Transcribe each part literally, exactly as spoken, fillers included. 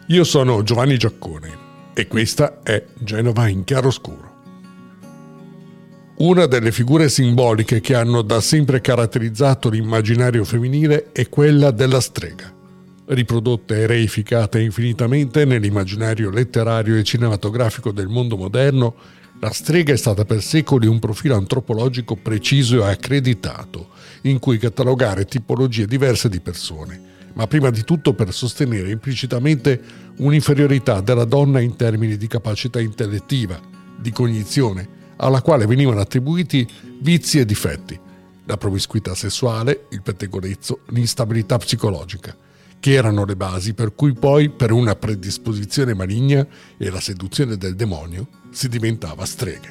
Io sono Giovanni Giaccone e questa è Genova in chiaroscuro. Una delle figure simboliche che hanno da sempre caratterizzato l'immaginario femminile è quella della strega. Riprodotta e reificata infinitamente nell'immaginario letterario e cinematografico del mondo moderno, la strega è stata per secoli un profilo antropologico preciso e accreditato, in cui catalogare tipologie diverse di persone, ma prima di tutto per sostenere implicitamente un'inferiorità della donna in termini di capacità intellettiva, di cognizione, alla quale venivano attribuiti vizi e difetti, la promiscuità sessuale, il pettegolezzo, l'instabilità psicologica, che erano le basi per cui poi, per una predisposizione maligna e la seduzione del demonio, si diventava streghe.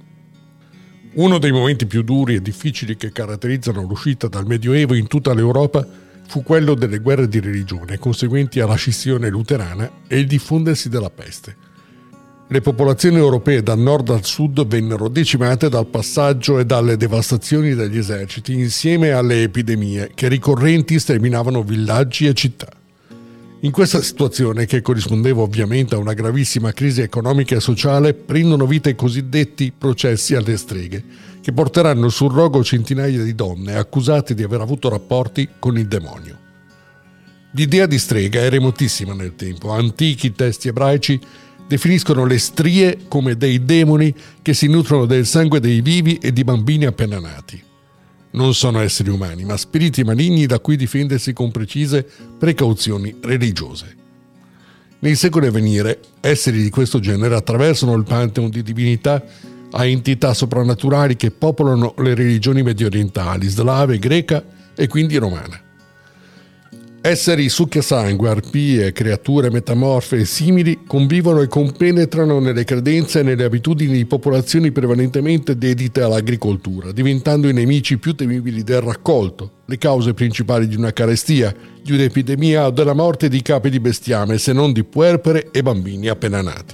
Uno dei momenti più duri e difficili che caratterizzano l'uscita dal Medioevo in tutta l'Europa fu quello delle guerre di religione conseguenti alla scissione luterana e il diffondersi della peste. Le popolazioni europee dal nord al sud vennero decimate dal passaggio e dalle devastazioni degli eserciti insieme alle epidemie che ricorrenti sterminavano villaggi e città. In questa situazione, che corrispondeva ovviamente a una gravissima crisi economica e sociale, prendono vita i cosiddetti processi alle streghe, che porteranno sul rogo centinaia di donne accusate di aver avuto rapporti con il demonio. L'idea di strega è remotissima nel tempo. Antichi testi ebraici definiscono le strie come dei demoni che si nutrono del sangue dei vivi e di bambini appena nati. Non sono esseri umani, ma spiriti maligni da cui difendersi con precise precauzioni religiose. Nei secoli a venire, esseri di questo genere attraversano il pantheon di divinità a entità soprannaturali che popolano le religioni mediorientali, slave, greca e quindi romana. Esseri succhiasangue, arpie, creature metamorfe e simili convivono e compenetrano nelle credenze e nelle abitudini di popolazioni prevalentemente dedite all'agricoltura, diventando i nemici più temibili del raccolto, le cause principali di una carestia, di un'epidemia o della morte di capi di bestiame, se non di puerpere e bambini appena nati.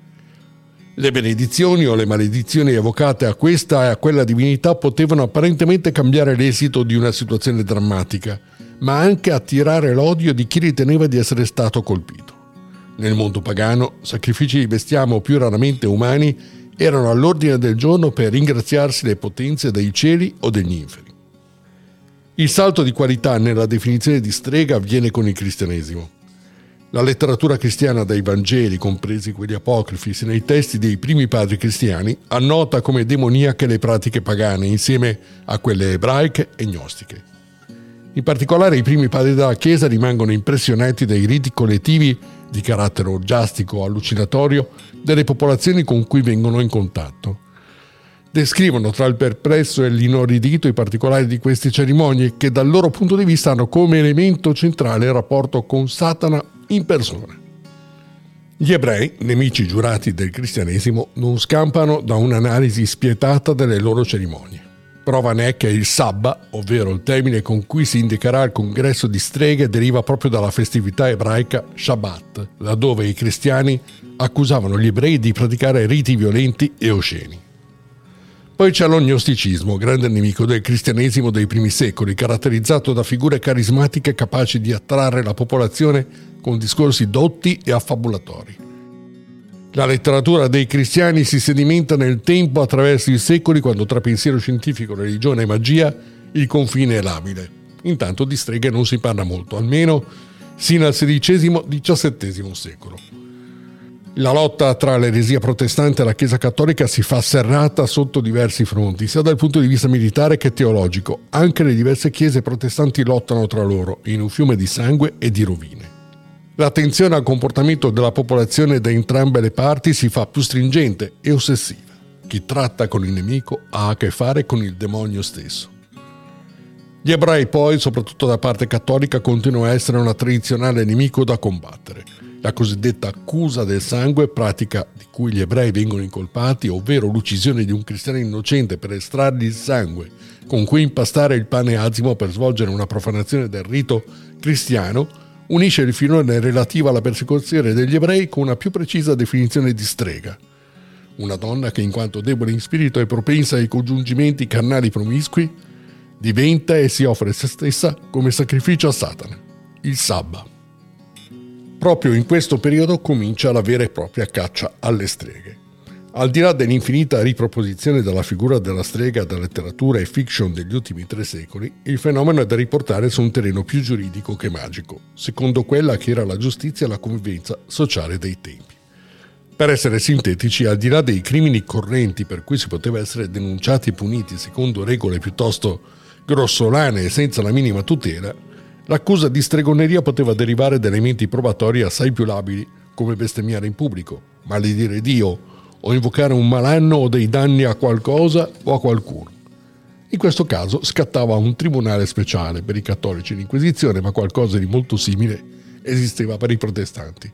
Le benedizioni o le maledizioni evocate a questa e a quella divinità potevano apparentemente cambiare l'esito di una situazione drammatica, ma anche attirare l'odio di chi riteneva di essere stato colpito. Nel mondo pagano, sacrifici di bestiame o più raramente umani erano all'ordine del giorno per ringraziarsi le potenze dei cieli o degli inferi. Il salto di qualità nella definizione di strega avviene con il cristianesimo. La letteratura cristiana dai Vangeli, compresi quelli apocrifi, sia nei testi dei primi padri cristiani, annota come demoniache le pratiche pagane insieme a quelle ebraiche e gnostiche. In particolare i primi padri della Chiesa rimangono impressionati dai riti collettivi di carattere orgiastico o allucinatorio delle popolazioni con cui vengono in contatto. Descrivono tra il perplesso e l'inorridito i particolari di queste cerimonie che dal loro punto di vista hanno come elemento centrale il rapporto con Satana in persona. Gli ebrei, nemici giurati del cristianesimo, non scampano da un'analisi spietata delle loro cerimonie. Prova ne è che il Sabba, ovvero il termine con cui si indicherà il congresso di streghe, deriva proprio dalla festività ebraica Shabbat, laddove i cristiani accusavano gli ebrei di praticare riti violenti e osceni. Poi c'è lo gnosticismo, grande nemico del cristianesimo dei primi secoli, caratterizzato da figure carismatiche capaci di attrarre la popolazione con discorsi dotti e affabulatori. La letteratura dei cristiani si sedimenta nel tempo attraverso i secoli, quando tra pensiero scientifico, religione e magia il confine è labile. Intanto di streghe non si parla molto, almeno sino al sedicesimo diciassettesimo secolo. La lotta tra l'eresia protestante e la Chiesa cattolica si fa serrata sotto diversi fronti, sia dal punto di vista militare che teologico. Anche le diverse chiese protestanti lottano tra loro, in un fiume di sangue e di rovine. L'attenzione al comportamento della popolazione da entrambe le parti si fa più stringente e ossessiva. Chi tratta con il nemico ha a che fare con il demonio stesso. Gli ebrei poi, soprattutto da parte cattolica, continuano a essere un tradizionale nemico da combattere. La cosiddetta accusa del sangue, pratica di cui gli ebrei vengono incolpati, ovvero l'uccisione di un cristiano innocente per estrargli il sangue con cui impastare il pane azimo per svolgere una profanazione del rito cristiano, unisce il filone relativo alla persecuzione degli ebrei con una più precisa definizione di strega. Una donna che, in quanto debole in spirito e propensa ai congiungimenti carnali promiscui, diventa e si offre se stessa come sacrificio a Satana, il Sabba. Proprio in questo periodo comincia la vera e propria caccia alle streghe. Al di là dell'infinita riproposizione della figura della strega da letteratura e fiction degli ultimi tre secoli, il fenomeno è da riportare su un terreno più giuridico che magico, secondo quella che era la giustizia e la convivenza sociale dei tempi. Per essere sintetici, al di là dei crimini correnti per cui si poteva essere denunciati e puniti secondo regole piuttosto grossolane e senza la minima tutela, l'accusa di stregoneria poteva derivare da elementi probatori assai più labili, come bestemmiare in pubblico, maledire Dio o invocare un malanno o dei danni a qualcosa o a qualcuno. In questo caso scattava un tribunale speciale per i cattolici in Inquisizione, ma qualcosa di molto simile esisteva per i protestanti,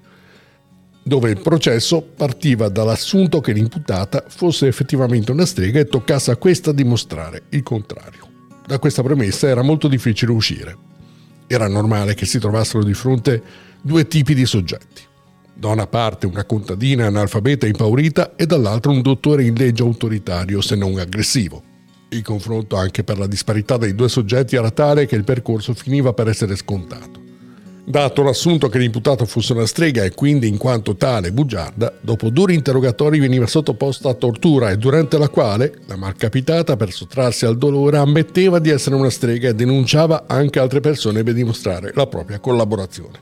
dove il processo partiva dall'assunto che l'imputata fosse effettivamente una strega e toccasse a questa dimostrare il contrario. Da questa premessa era molto difficile uscire. Era normale che si trovassero di fronte due tipi di soggetti. Da una parte una contadina analfabeta e impaurita e dall'altra un dottore in legge autoritario se non aggressivo. Il confronto anche per la disparità dei due soggetti era tale che il percorso finiva per essere scontato. Dato l'assunto che l'imputato fosse una strega e quindi in quanto tale bugiarda, dopo duri interrogatori veniva sottoposta a tortura e durante la quale la malcapitata, per sottrarsi al dolore, ammetteva di essere una strega e denunciava anche altre persone per dimostrare la propria collaborazione.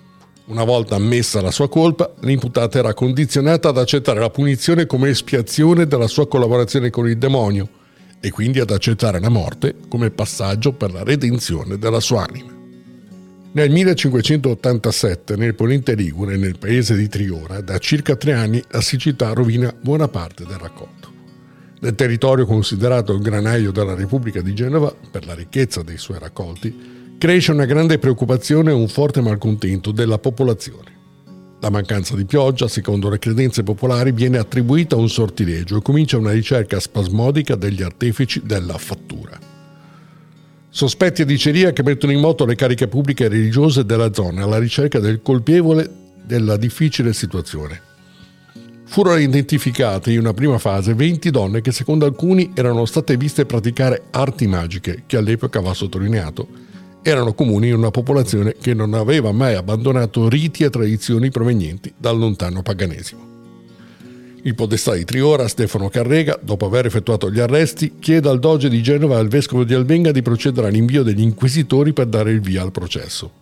Una volta ammessa la sua colpa, l'imputata era condizionata ad accettare la punizione come espiazione della sua collaborazione con il demonio e quindi ad accettare la morte come passaggio per la redenzione della sua anima. Nel millecinquecentottantasette, nel Ponente Ligure, nel paese di Triora, da circa tre anni la siccità rovina buona parte del raccolto. Nel territorio considerato il granaio della Repubblica di Genova, per la ricchezza dei suoi raccolti, cresce una grande preoccupazione e un forte malcontento della popolazione. La mancanza di pioggia, secondo le credenze popolari, viene attribuita a un sortilegio e comincia una ricerca spasmodica degli artefici della fattura. Sospetti e diceria che mettono in moto le cariche pubbliche e religiose della zona alla ricerca del colpevole della difficile situazione. Furono identificate in una prima fase venti donne che secondo alcuni erano state viste praticare arti magiche, che all'epoca, va sottolineato, erano comuni in una popolazione che non aveva mai abbandonato riti e tradizioni provenienti dal lontano paganesimo. Il podestà di Triora, Stefano Carrega, dopo aver effettuato gli arresti, chiede al doge di Genova e al vescovo di Albenga di procedere all'invio degli inquisitori per dare il via al processo.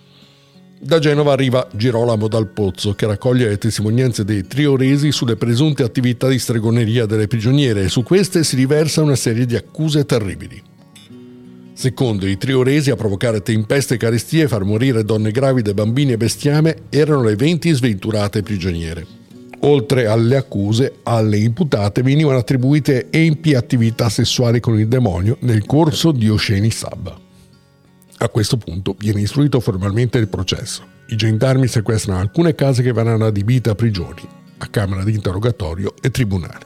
Da Genova arriva Girolamo dal Pozzo, che raccoglie le testimonianze dei trioresi sulle presunte attività di stregoneria delle prigioniere e su queste si riversa una serie di accuse terribili. Secondo i trioresi, a provocare tempeste e carestie e far morire donne gravide, bambini e bestiame erano le venti sventurate prigioniere. Oltre alle accuse, alle imputate venivano attribuite empie attività sessuali con il demonio nel corso di osceni sabba. A questo punto viene istruito formalmente il processo. I gendarmi sequestrano alcune case che verranno adibite a prigioni, a camera di interrogatorio e tribunale.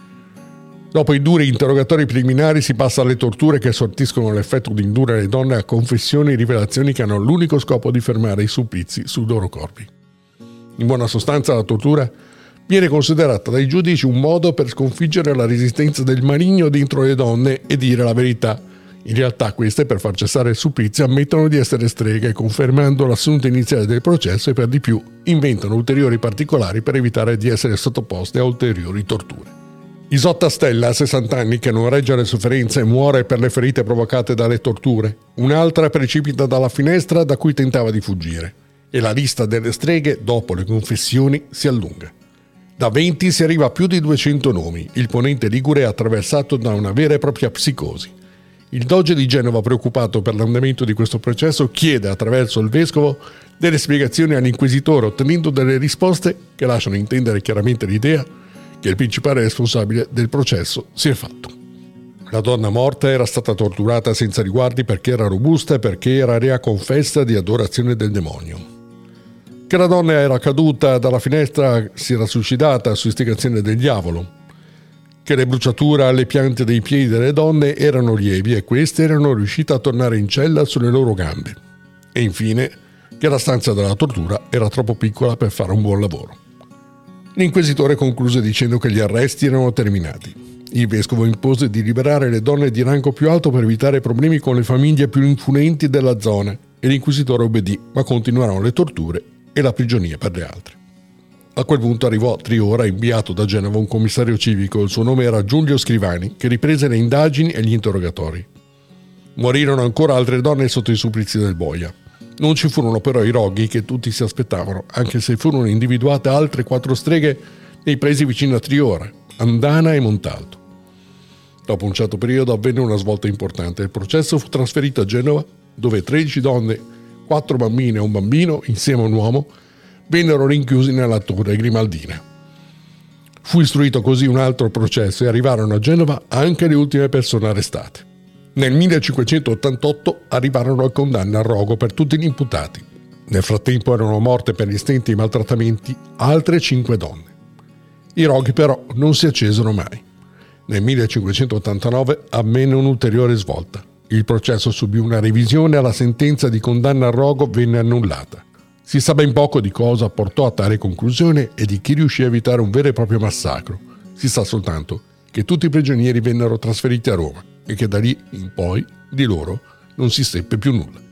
Dopo i duri interrogatori preliminari si passa alle torture che sortiscono l'effetto di indurre le donne a confessioni e rivelazioni che hanno l'unico scopo di fermare i supplizi sui loro corpi. In buona sostanza, la tortura viene considerata dai giudici un modo per sconfiggere la resistenza del maligno dentro le donne e dire la verità. In realtà queste, per far cessare il supplizio, ammettono di essere streghe, confermando l'assunto iniziale del processo e per di più inventano ulteriori particolari per evitare di essere sottoposte a ulteriori torture. Isotta Stella ha sessanta anni che non regge le sofferenze e muore per le ferite provocate dalle torture. Un'altra precipita dalla finestra da cui tentava di fuggire. E la lista delle streghe, dopo le confessioni, si allunga. Da venti si arriva a più di duecento nomi. Il Ponente Ligure è attraversato da una vera e propria psicosi. Il doge di Genova, preoccupato per l'andamento di questo processo, chiede attraverso il vescovo delle spiegazioni all'inquisitore, ottenendo delle risposte che lasciano intendere chiaramente l'idea che il principale responsabile del processo si è fatto. La donna morta era stata torturata senza riguardi perché era robusta e perché era rea confessa di adorazione del demonio. Che la donna era caduta dalla finestra, si era suicidata su istigazione del diavolo. Che le bruciature alle piante dei piedi delle donne erano lievi e queste erano riuscite a tornare in cella sulle loro gambe. E infine che la stanza della tortura era troppo piccola per fare un buon lavoro. L'inquisitore concluse dicendo che gli arresti erano terminati. Il vescovo impose di liberare le donne di rango più alto per evitare problemi con le famiglie più influenti della zona e l'inquisitore obbedì, ma continuarono le torture e la prigionia per le altre. A quel punto arrivò a Triora, inviato da Genova un commissario civico, il suo nome era Giulio Scrivani, che riprese le indagini e gli interrogatori. Morirono ancora altre donne sotto i supplizi del boia. Non ci furono però i roghi che tutti si aspettavano, anche se furono individuate altre quattro streghe nei paesi vicino a Triora, Andana e Montalto. Dopo un certo periodo avvenne una svolta importante. Il processo fu trasferito a Genova, dove tredici donne, quattro bambine e un bambino, insieme a un uomo, vennero rinchiusi nella torre grimaldina. Fu istruito così un altro processo e arrivarono a Genova anche le ultime persone arrestate. Nel millecinquecentottantotto arrivarono a condanne al rogo per tutti gli imputati. Nel frattempo erano morte per gli stenti e i maltrattamenti altre cinque donne. I roghi però non si accesero mai. Nel millecinquecentottantanove avvenne un'ulteriore svolta. Il processo subì una revisione e la sentenza di condanna al rogo venne annullata. Si sa ben poco di cosa portò a tale conclusione e di chi riuscì a evitare un vero e proprio massacro. Si sa soltanto che tutti i prigionieri vennero trasferiti a Roma e che da lì in poi di loro non si seppe più nulla.